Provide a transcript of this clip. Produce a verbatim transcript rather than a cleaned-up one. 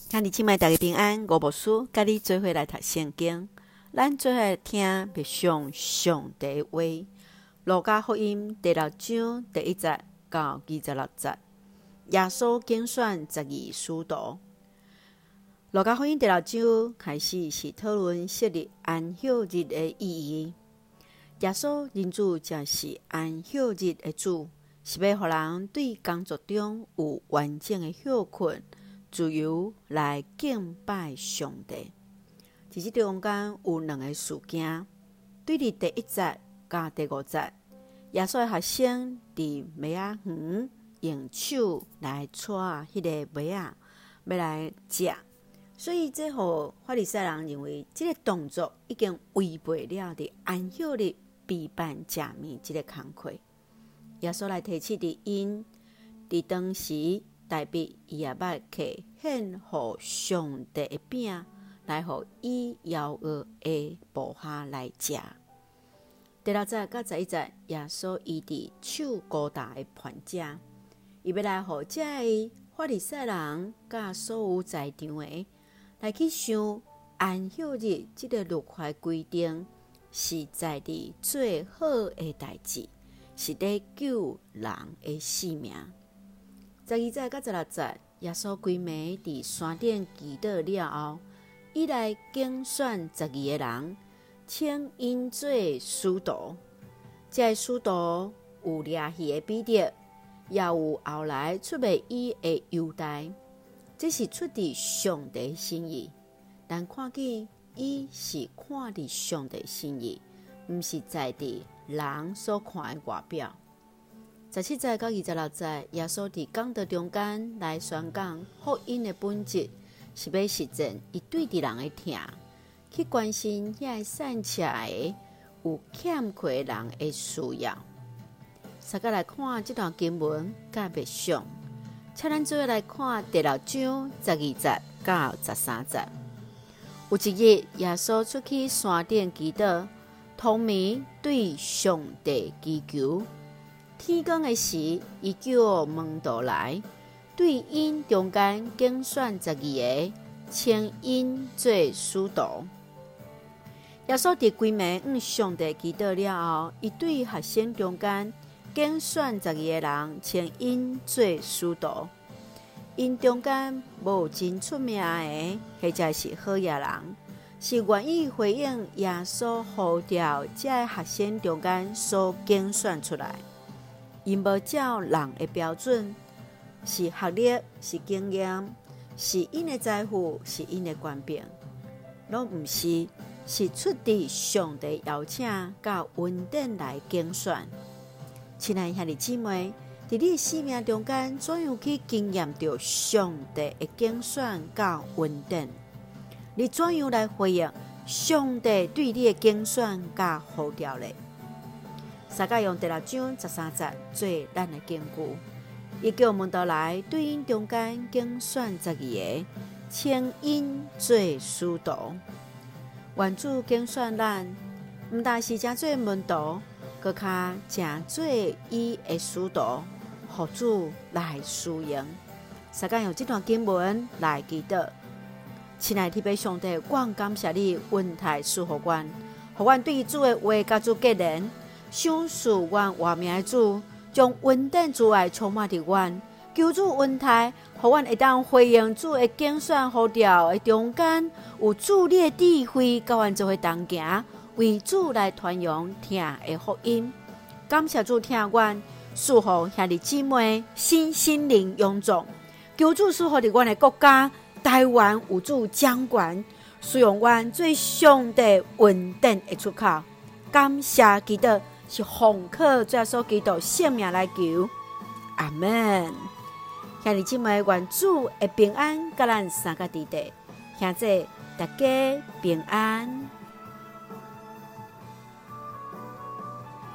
兄弟姊妹大家平安，我牧师甲你做伙来读圣经，咱做伙来听默想上帝的话。路加福音第六章第一节到二十六节，耶稣拣选十二使徒。路加福音第六章开始是讨论设立安息日的意义。耶稣人主正是安息日的主，是要予人对工作中有完整的休困、自由来敬拜上帝。在这中间有两个事件，对伫第一节甲第五节，耶稣的学生伫麦仔园用手来带迄个麦仔，要来食，所以这互法利赛人认为这个动作已经违背了伫安息日备办食面这个工课。耶稣来提醒伫因，伫当时代笔伊也捌摕献互上帝的饼，来互伊邀约的部下来食。第六节到十一节，耶稣伊伫手高大的盘子，伊要来互这个法利赛人甲所有在场的来去想安息日这个律法规定是在伫最好的代志，是咧救人的性命。十二节到十六节，耶稣规暝伫山顶祈祷了后，伊来拣选十二个人，请因做使徒。这使徒有掠去的彼得，也有后来出卖伊的犹大。这是出自上帝心意，但看见伊是看伫上帝心意，毋是在伫人所看的外表。十七节到二十六节，耶稣伫讲道中间来宣讲福音的本质，是要实践伊对伫人的疼，去关心遐个善车的有欠缺人的需要。大家来看这段经文甲默想，请咱做来看第六章十二节到十三节。有一日，耶稣出去山顶祈祷，通暝对上帝祈求。天光的时，伊叫门徒来，对因中间拣选十二个，请因做使徒。耶稣伫规暝向上帝祈祷了后，伊对学生中间拣选十二个人，请因做使徒。因中间无真出名的，或者是好野人，是愿意回应耶稣呼召这个学生中间所拣选出来。因无照人的标准，是学历，是经验，是因的财富，是因的权柄，拢毋是，是出自上帝邀请甲恩典来拣选。亲爱兄弟姊妹，伫你的生命中间，怎样去经验到上帝的拣选甲恩典？你怎样来回应上帝对你的拣选甲呼召呢？撒迦用第六章十三节做咱的根据，伊叫门徒来，对因中间拣选十二个，请因做使徒。愿主拣选咱，毋但是真做门徒，搁较真做伊的使徒，互主来使用。撒迦用这段经文来祈祷。亲爱的天父上帝，我感谢你恩待赐予阮，互阮对主的话甲主结连。赏赐阮活命的主，将恩典之爱充满伫阮，求主恩待，互阮会当回应主的拣选呼召的中间，有主你的智慧，甲阮做伙同行，为主来传扬听的福音。感谢主听阮，赐福兄弟姊妹心心灵勇壮，求主赐福伫阮的国家台湾有主掌权，使用阮做上帝恩典的出口。感谢祈祷。是奉靠主耶稣基督性命来求，阿门。兄弟姊妹，愿主的平安甲咱三个弟弟，兄弟大家平安。